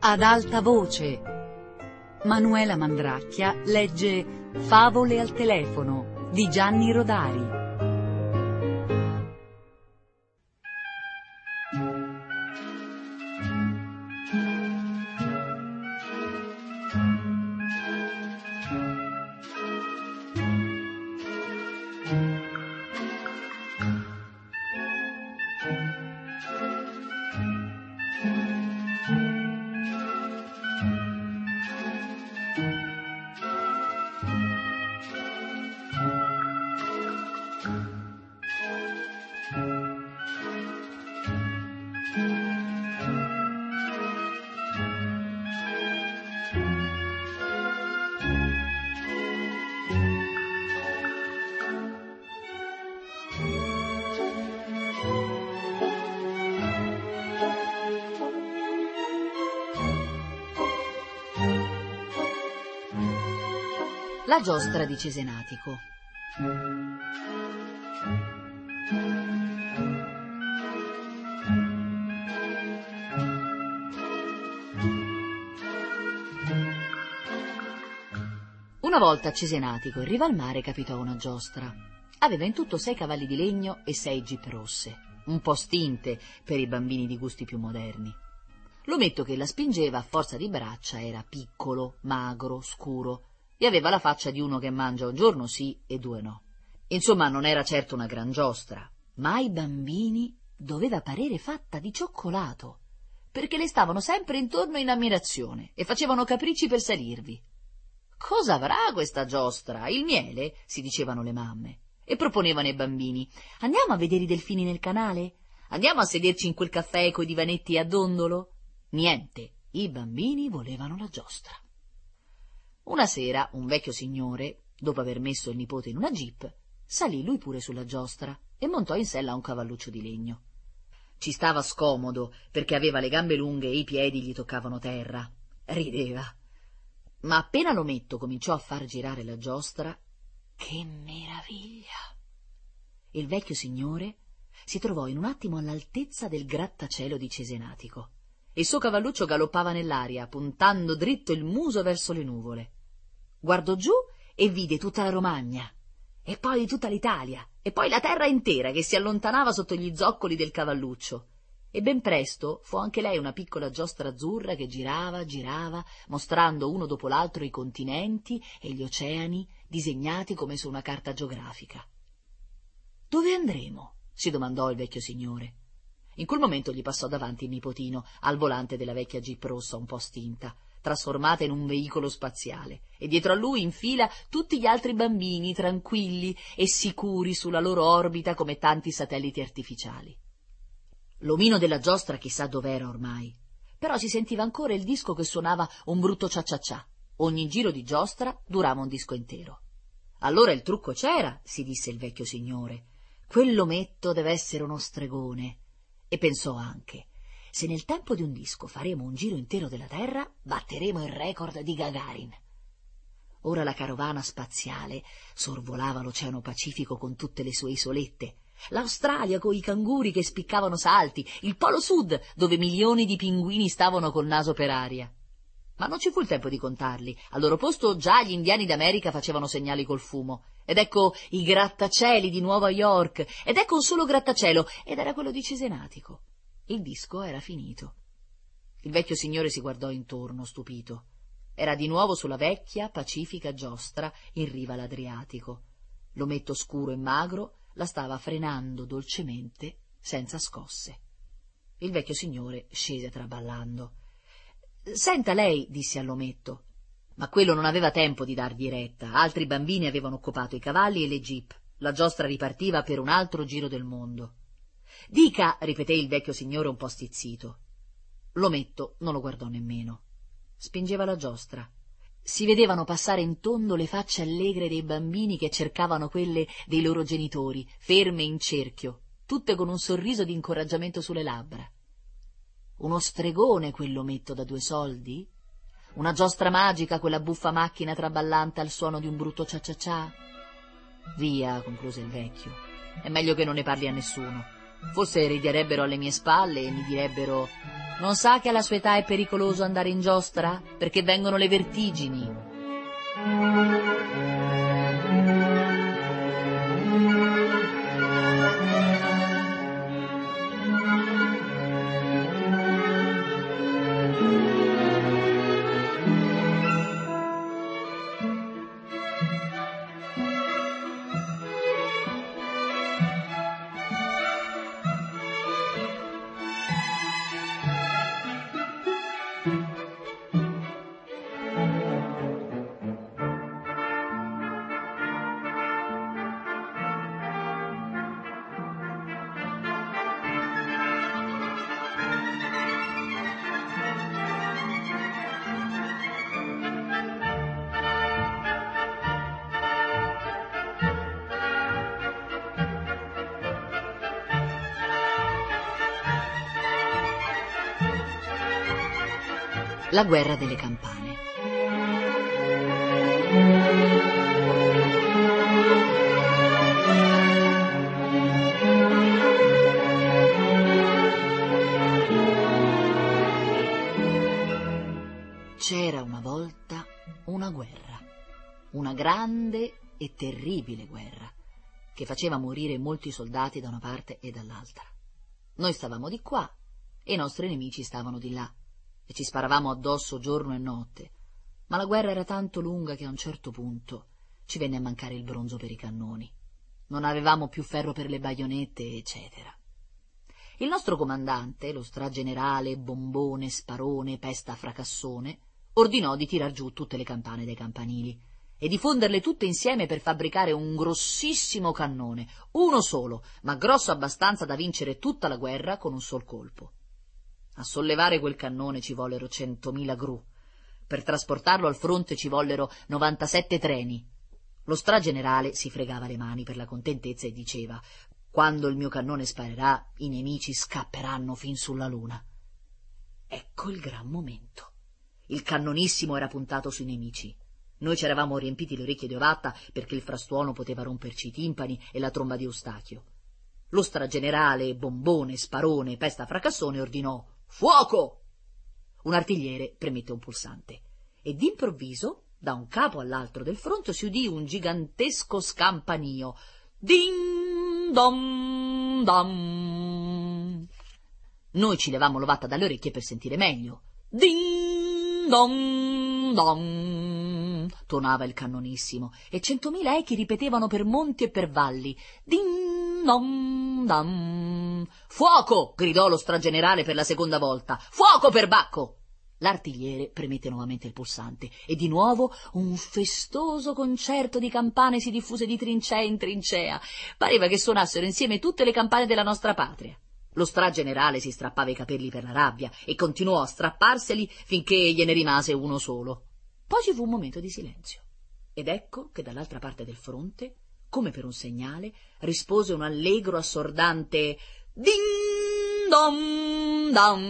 Ad alta voce. Manuela Mandracchia legge Favole al telefono di Gianni Rodari. La giostra di Cesenatico. Una volta a Cesenatico, in riva al mare, capitò una giostra. Aveva in tutto 6 cavalli di legno e 6 jeep rosse, un po' stinte per i bambini di gusti più moderni. L'ometto che la spingeva a forza di braccia era piccolo, magro, scuro, e aveva la faccia di uno che mangia un giorno sì e 2 no. Insomma, non era certo una gran giostra, ma ai bambini doveva parere fatta di cioccolato, perché le stavano sempre intorno in ammirazione e facevano capricci per salirvi. «Cosa avrà questa giostra? Il miele?» si dicevano le mamme, e proponevano ai bambini: «Andiamo a vedere i delfini nel canale? Andiamo a sederci in quel caffè coi divanetti a dondolo?» Niente, i bambini volevano la giostra. Una sera un vecchio signore, dopo aver messo il nipote in una jeep, salì lui pure sulla giostra e montò in sella un cavalluccio di legno. Ci stava scomodo perché aveva le gambe lunghe e i piedi gli toccavano terra. Rideva. Ma appena l'ometto cominciò a far girare la giostra, che meraviglia! Il vecchio signore si trovò in un attimo all'altezza del grattacielo di Cesenatico. Il suo cavalluccio galoppava nell'aria, puntando dritto il muso verso le nuvole. Guardò giù e vide tutta la Romagna, e poi tutta l'Italia, e poi la terra intera che si allontanava sotto gli zoccoli del cavalluccio. E ben presto fu anche lei una piccola giostra azzurra che girava, girava, mostrando uno dopo l'altro i continenti e gli oceani disegnati come su una carta geografica. «Dove andremo?» si domandò il vecchio signore. In quel momento gli passò davanti il nipotino, al volante della vecchia jeep rossa un po' stinta, trasformata in un veicolo spaziale, e dietro a lui in fila tutti gli altri bambini, tranquilli e sicuri sulla loro orbita come tanti satelliti artificiali. L'omino della giostra chissà dov'era ormai, però si sentiva ancora il disco che suonava un brutto cia-cia-cia. Ogni giro di giostra durava un disco intero. Allora il trucco c'era, si disse il vecchio signore. Quell'ometto deve essere uno stregone. E pensò anche: se nel tempo di un disco faremo un giro intero della Terra, batteremo il record di Gagarin. Ora la carovana spaziale sorvolava l'Oceano Pacifico con tutte le sue isolette, l'Australia coi canguri che spiccavano salti, il Polo Sud dove milioni di pinguini stavano col naso per aria. Ma non ci fu il tempo di contarli. Al loro posto già gli indiani d'America facevano segnali col fumo. Ed ecco i grattacieli di Nuova York, ed ecco un solo grattacielo, ed era quello di Cesenatico. Il disco era finito. Il vecchio signore si guardò intorno, stupito. Era di nuovo sulla vecchia, pacifica giostra in riva all'Adriatico. L'ometto scuro e magro la stava frenando dolcemente, senza scosse. Il vecchio signore scese traballando. «Senta lei», disse all'ometto. Ma quello non aveva tempo di dargli retta. Altri bambini avevano occupato i cavalli e le jeep. La giostra ripartiva per un altro giro del mondo. «Dica», ripeté il vecchio signore un po' stizzito. L'ometto non lo guardò nemmeno. Spingeva la giostra. Si vedevano passare in tondo le facce allegre dei bambini che cercavano quelle dei loro genitori, ferme in cerchio, tutte con un sorriso di incoraggiamento sulle labbra. Uno stregone quell'ometto da 2 soldi? Una giostra magica, quella buffa macchina traballante al suono di un brutto cia-cia-cia? Via, concluse il vecchio. È meglio che non ne parli a nessuno. Forse riderebbero alle mie spalle e mi direbbero: non sa che alla sua età è pericoloso andare in giostra? Perché vengono le vertigini. La guerra delle campane. C'era una volta una guerra, una grande e terribile guerra, che faceva morire molti soldati da una parte e dall'altra. Noi stavamo di qua e i nostri nemici stavano di là, e ci sparavamo addosso giorno e notte, ma la guerra era tanto lunga che a un certo punto ci venne a mancare il bronzo per i cannoni. Non avevamo più ferro per le baionette, eccetera. Il nostro comandante, lo stragenerale Bombone, Sparone, Pesta, Fracassone, ordinò di tirar giù tutte le campane dai campanili e di fonderle tutte insieme per fabbricare un grossissimo cannone, uno solo, ma grosso abbastanza da vincere tutta la guerra con un sol colpo. A sollevare quel cannone ci vollero 100.000 gru. Per trasportarlo al fronte ci vollero 97 treni. Lo stragenerale si fregava le mani per la contentezza e diceva: quando il mio cannone sparerà, i nemici scapperanno fin sulla luna. Ecco il gran momento. Il cannonissimo era puntato sui nemici. Noi ci eravamo riempiti le orecchie di ovatta perché il frastuono poteva romperci i timpani e la tromba di Eustachio. Lo stragenerale Bombone, Sparone, Pesta, Fracassone ordinò: fuoco! Un artigliere premette un pulsante e d'improvviso, da un capo all'altro del fronte, si udì un gigantesco scampanio. Ding dom dam. Noi ci levammo l'ovatta dalle orecchie per sentire meglio. Ding dom dom, tuonava il cannonissimo, e 100.000 echi ripetevano per monti e per valli. Ding dom dam. Fuoco! Gridò lo stragenerale per la seconda volta. Fuoco per Bacco! L'artigliere premette nuovamente il pulsante e di nuovo un festoso concerto di campane si diffuse di trincea in trincea. Pareva che suonassero insieme tutte le campane della nostra patria. Lo stragenerale si strappava i capelli per la rabbia e continuò a strapparseli finché gliene rimase uno solo. Poi ci fu un momento di silenzio ed ecco che dall'altra parte del fronte, come per un segnale, rispose un allegro assordante ding dom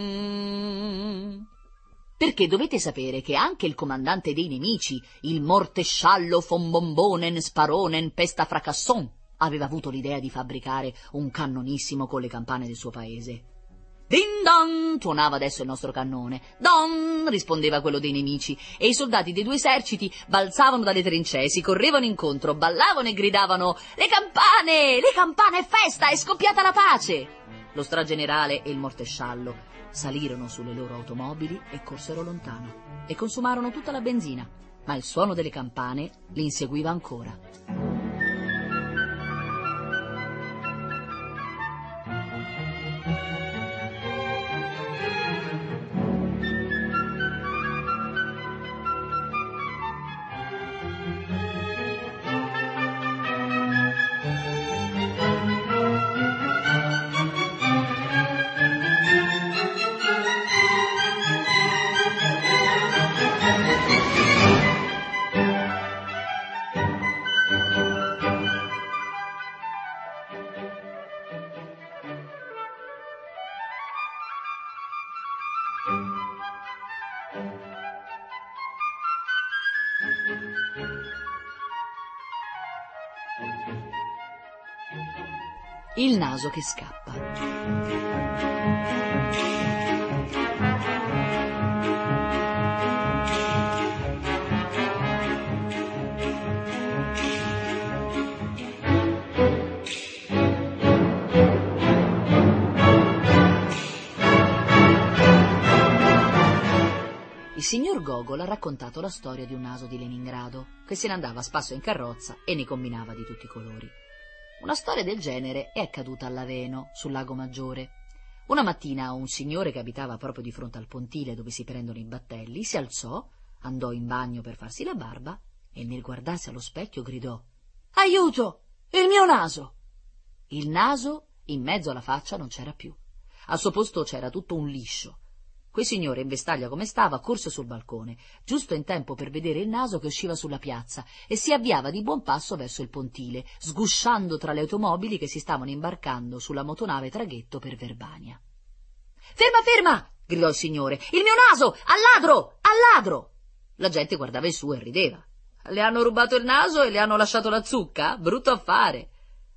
dam. Perché dovete sapere che anche il comandante dei nemici, il mortesciallo von Bombonen, Sparonen, Pesta, Fracasson, aveva avuto l'idea di fabbricare un cannonissimo con le campane del suo paese. Din don, tuonava adesso il nostro cannone. Don, rispondeva quello dei nemici, e i soldati dei due eserciti balzavano dalle trincee, si correvano incontro, ballavano e gridavano: le campane, è festa, è scoppiata la pace! Lo stragenerale e il mortesciallo salirono sulle loro automobili e corsero lontano e consumarono tutta la benzina, ma il suono delle campane li inseguiva ancora. Il naso che scappa. Il signor Gogol ha raccontato la storia di un naso di Leningrado che se ne andava a spasso in carrozza e ne combinava di tutti i colori. Una storia del genere è accaduta all'Aveno, sul Lago Maggiore. Una mattina un signore che abitava proprio di fronte al pontile dove si prendono i battelli si alzò, andò in bagno per farsi la barba e nel guardarsi allo specchio gridò: «Aiuto! Il mio naso!» Il naso in mezzo alla faccia non c'era più. Al suo posto c'era tutto un liscio. Quel signore, in vestaglia come stava, corse sul balcone, giusto in tempo per vedere il naso che usciva sulla piazza e si avviava di buon passo verso il pontile, sgusciando tra le automobili che si stavano imbarcando sulla motonave traghetto per Verbania. «Ferma, ferma!» gridò il signore. «Il mio naso! Al ladro! Al ladro!» La gente guardava in su e rideva. «Le hanno rubato il naso e le hanno lasciato la zucca? Brutto affare!»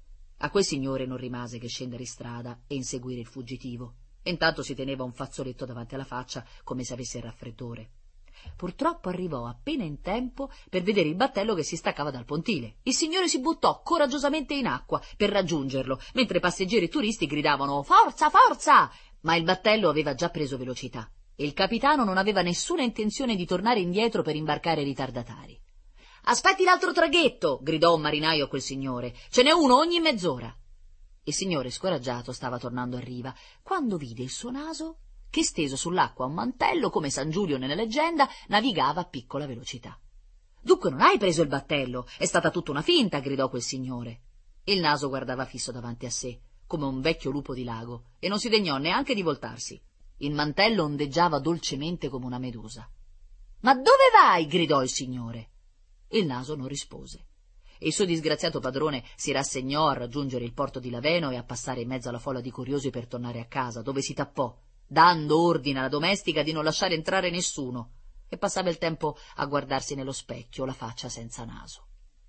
A quel signore non rimase che scendere in strada e inseguire il fuggitivo. Intanto si teneva un fazzoletto davanti alla faccia come se avesse il raffreddore. Purtroppo arrivò appena in tempo per vedere il battello che si staccava dal pontile. Il signore si buttò coraggiosamente in acqua per raggiungerlo, mentre passeggeri e turisti gridavano «Forza, forza!», ma il battello aveva già preso velocità e il capitano non aveva nessuna intenzione di tornare indietro per imbarcare i ritardatari. «Aspetti l'altro traghetto!» gridò un marinaio a quel signore. «Ce n'è uno ogni mezz'ora!» Il signore, scoraggiato, stava tornando a riva, quando vide il suo naso che, steso sull'acqua a un mantello, come San Giulio nella leggenda, navigava a piccola velocità. «Dunque non hai preso il battello? È stata tutta una finta!» gridò quel signore. Il naso guardava fisso davanti a sé, come un vecchio lupo di lago, e non si degnò neanche di voltarsi. Il mantello ondeggiava dolcemente come una medusa. «Ma dove vai?» gridò il signore. Il naso non rispose. E il suo disgraziato padrone si rassegnò a raggiungere il porto di Laveno e a passare in mezzo alla folla di curiosi per tornare a casa, dove si tappò, dando ordine alla domestica di non lasciare entrare nessuno, e passava il tempo a guardarsi nello specchio la faccia senza naso.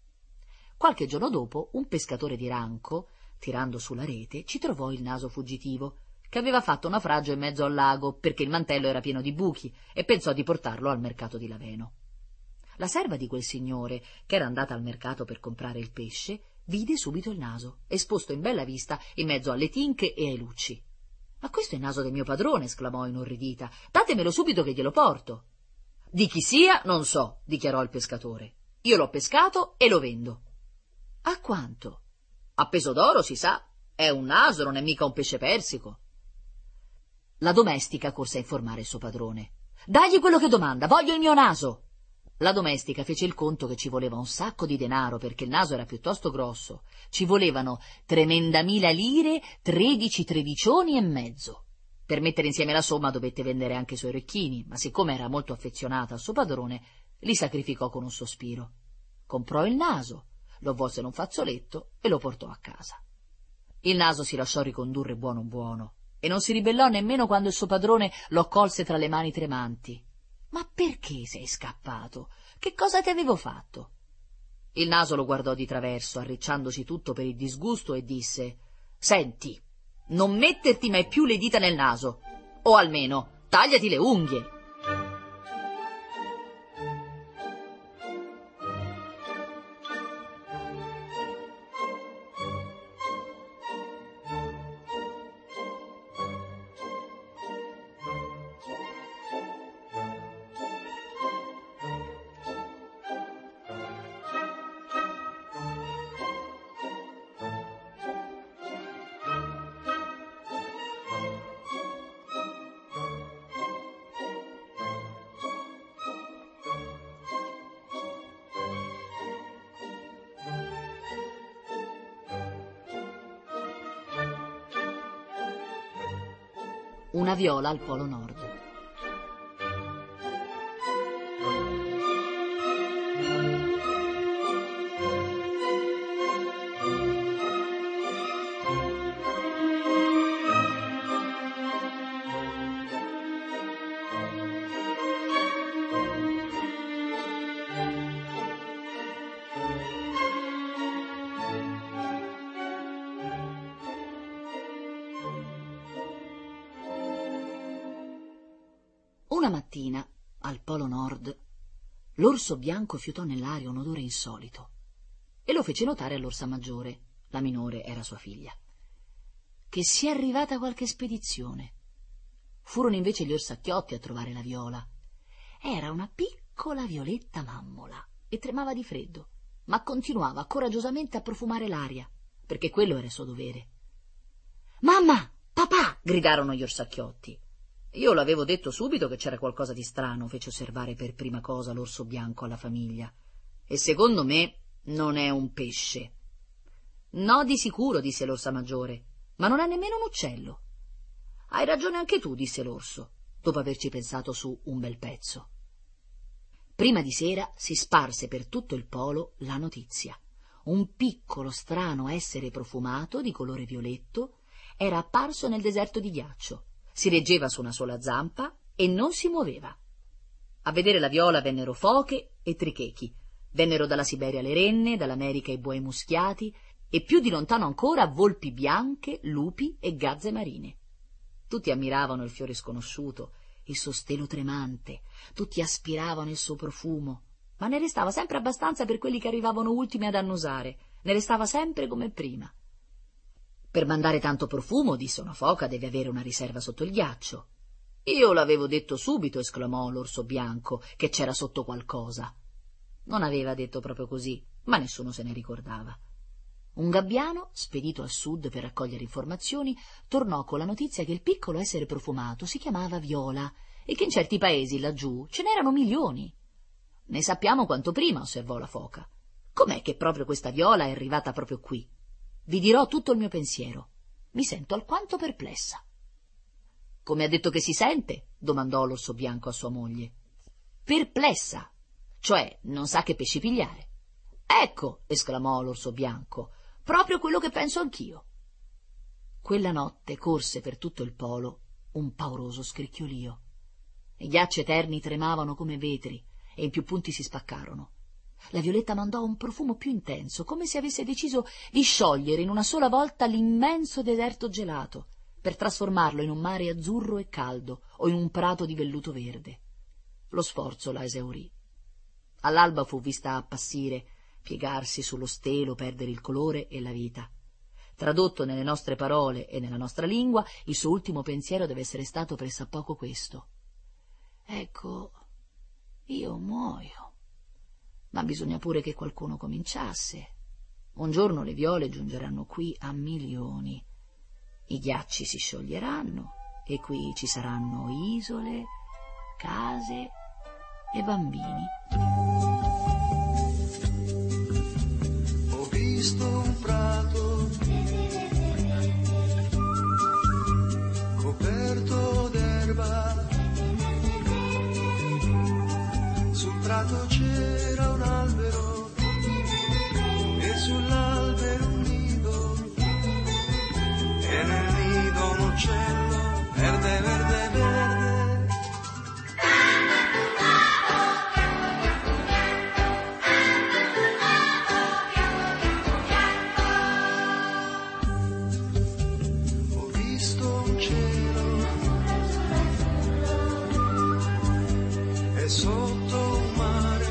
Qualche giorno dopo un pescatore di Ranco, tirando sulla rete, ci trovò il naso fuggitivo, che aveva fatto naufragio in mezzo al lago perché il mantello era pieno di buchi, e pensò di portarlo al mercato di Laveno. La serva di quel signore, che era andata al mercato per comprare il pesce, vide subito il naso, esposto in bella vista in mezzo alle tinche e ai lucci. «Ma questo è il naso del mio padrone!» esclamò inorridita. «Datemelo subito che glielo porto!» «Di chi sia non so», dichiarò il pescatore. «Io l'ho pescato e lo vendo». «A quanto?» «A peso d'oro, si sa. È un naso, non è mica un pesce persico». La domestica corse a informare il suo padrone. «Dagli quello che domanda, voglio il mio naso!» La domestica fece il conto che ci voleva un sacco di denaro perché il naso era piuttosto grosso. Ci volevano 30.000 lire, 13 tredicioni e mezzo. Per mettere insieme la somma dovette vendere anche i suoi orecchini, ma siccome era molto affezionata al suo padrone, li sacrificò con un sospiro. Comprò il naso, lo avvolse in un fazzoletto e lo portò a casa. Il naso si lasciò ricondurre buono buono e non si ribellò nemmeno quando il suo padrone lo colse tra le mani tremanti. «Ma perché sei scappato? Che cosa ti avevo fatto?» Il naso lo guardò di traverso, arricciandosi tutto per il disgusto, e disse: «Senti, non metterti mai più le dita nel naso, o almeno tagliati le unghie». Una viola al Polo Nord. Una mattina, al Polo Nord, l'orso bianco fiutò nell'aria un odore insolito e lo fece notare all'orsa maggiore, la minore era sua figlia, che sia arrivata qualche spedizione. Furono invece gli orsacchiotti a trovare la Viola. Era una piccola violetta mammola e tremava di freddo, ma continuava coraggiosamente a profumare l'aria, perché quello era il suo dovere. «Mamma! Papà!» gridarono gli orsacchiotti. «Io l'avevo detto subito che c'era qualcosa di strano», fece osservare per prima cosa l'orso bianco alla famiglia. «E secondo me non è un pesce». «No, di sicuro», disse l'orsa maggiore, «ma non è nemmeno un uccello». «Hai ragione anche tu», disse l'orso, dopo averci pensato su un bel pezzo. Prima di sera si sparse per tutto il polo la notizia. Un piccolo strano essere profumato di colore violetto era apparso nel deserto di ghiaccio. Si reggeva su una sola zampa e non si muoveva. A vedere la Viola vennero foche e trichechi. Vennero dalla Siberia le renne, dall'America i buoi muschiati e più di lontano ancora volpi bianche, lupi e gazze marine. Tutti ammiravano il fiore sconosciuto, il suo stelo tremante, tutti aspiravano il suo profumo, ma ne restava sempre abbastanza per quelli che arrivavano ultimi ad annusare, ne restava sempre come prima. «Per mandare tanto profumo», disse una foca, «deve avere una riserva sotto il ghiaccio». «Io l'avevo detto subito», esclamò l'orso bianco, «che c'era sotto qualcosa». Non aveva detto proprio così, ma nessuno se ne ricordava. Un gabbiano, spedito al sud per raccogliere informazioni, tornò con la notizia che il piccolo essere profumato si chiamava Viola e che in certi paesi laggiù ce n'erano milioni. «Ne sappiamo quanto prima», osservò la foca. «Com'è che proprio questa Viola è arrivata proprio qui? Vi dirò tutto il mio pensiero. Mi sento alquanto perplessa». «Come ha detto che si sente?» domandò l'orso bianco a sua moglie. «Perplessa, cioè non sa che pesci pigliare». «Ecco», esclamò l'orso bianco, «proprio quello che penso anch'io». Quella notte corse per tutto il polo un pauroso scricchiolio. I ghiacci eterni tremavano come vetri e in più punti si spaccarono. La Violetta mandò un profumo più intenso, come se avesse deciso di sciogliere in una sola volta l'immenso deserto gelato, per trasformarlo in un mare azzurro e caldo o in un prato di velluto verde. Lo sforzo la esaurì. All'alba fu vista appassire, piegarsi sullo stelo, perdere il colore e la vita. Tradotto nelle nostre parole e nella nostra lingua, il suo ultimo pensiero deve essere stato pressappoco questo: «Ecco, io muoio, ma bisogna pure che qualcuno cominciasse. Un giorno le viole giungeranno qui a milioni, i ghiacci si scioglieranno e qui ci saranno isole, case e bambini». Ho visto un prato coperto d'erba, sul prato c'era un albero e sull'albero un nido, e nel nido un uccello verde, verde, verde. Ho visto un cielo e sotto un mare,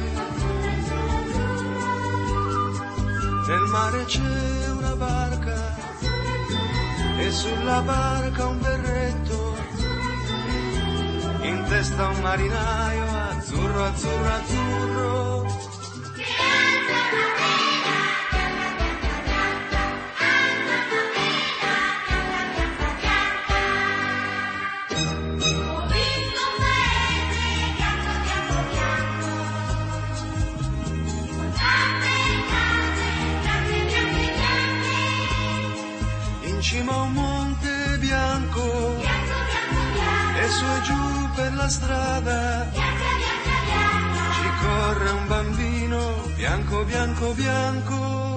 nel mare c'è una barca e sulla barca un berretto, in testa un marinaio azzurro, azzurro, azzurro. In cima a un monte bianco, bianco, bianco, bianco, e su e giù per la strada, bianco, bianco, bianco, ci corre un bambino bianco, bianco, bianco.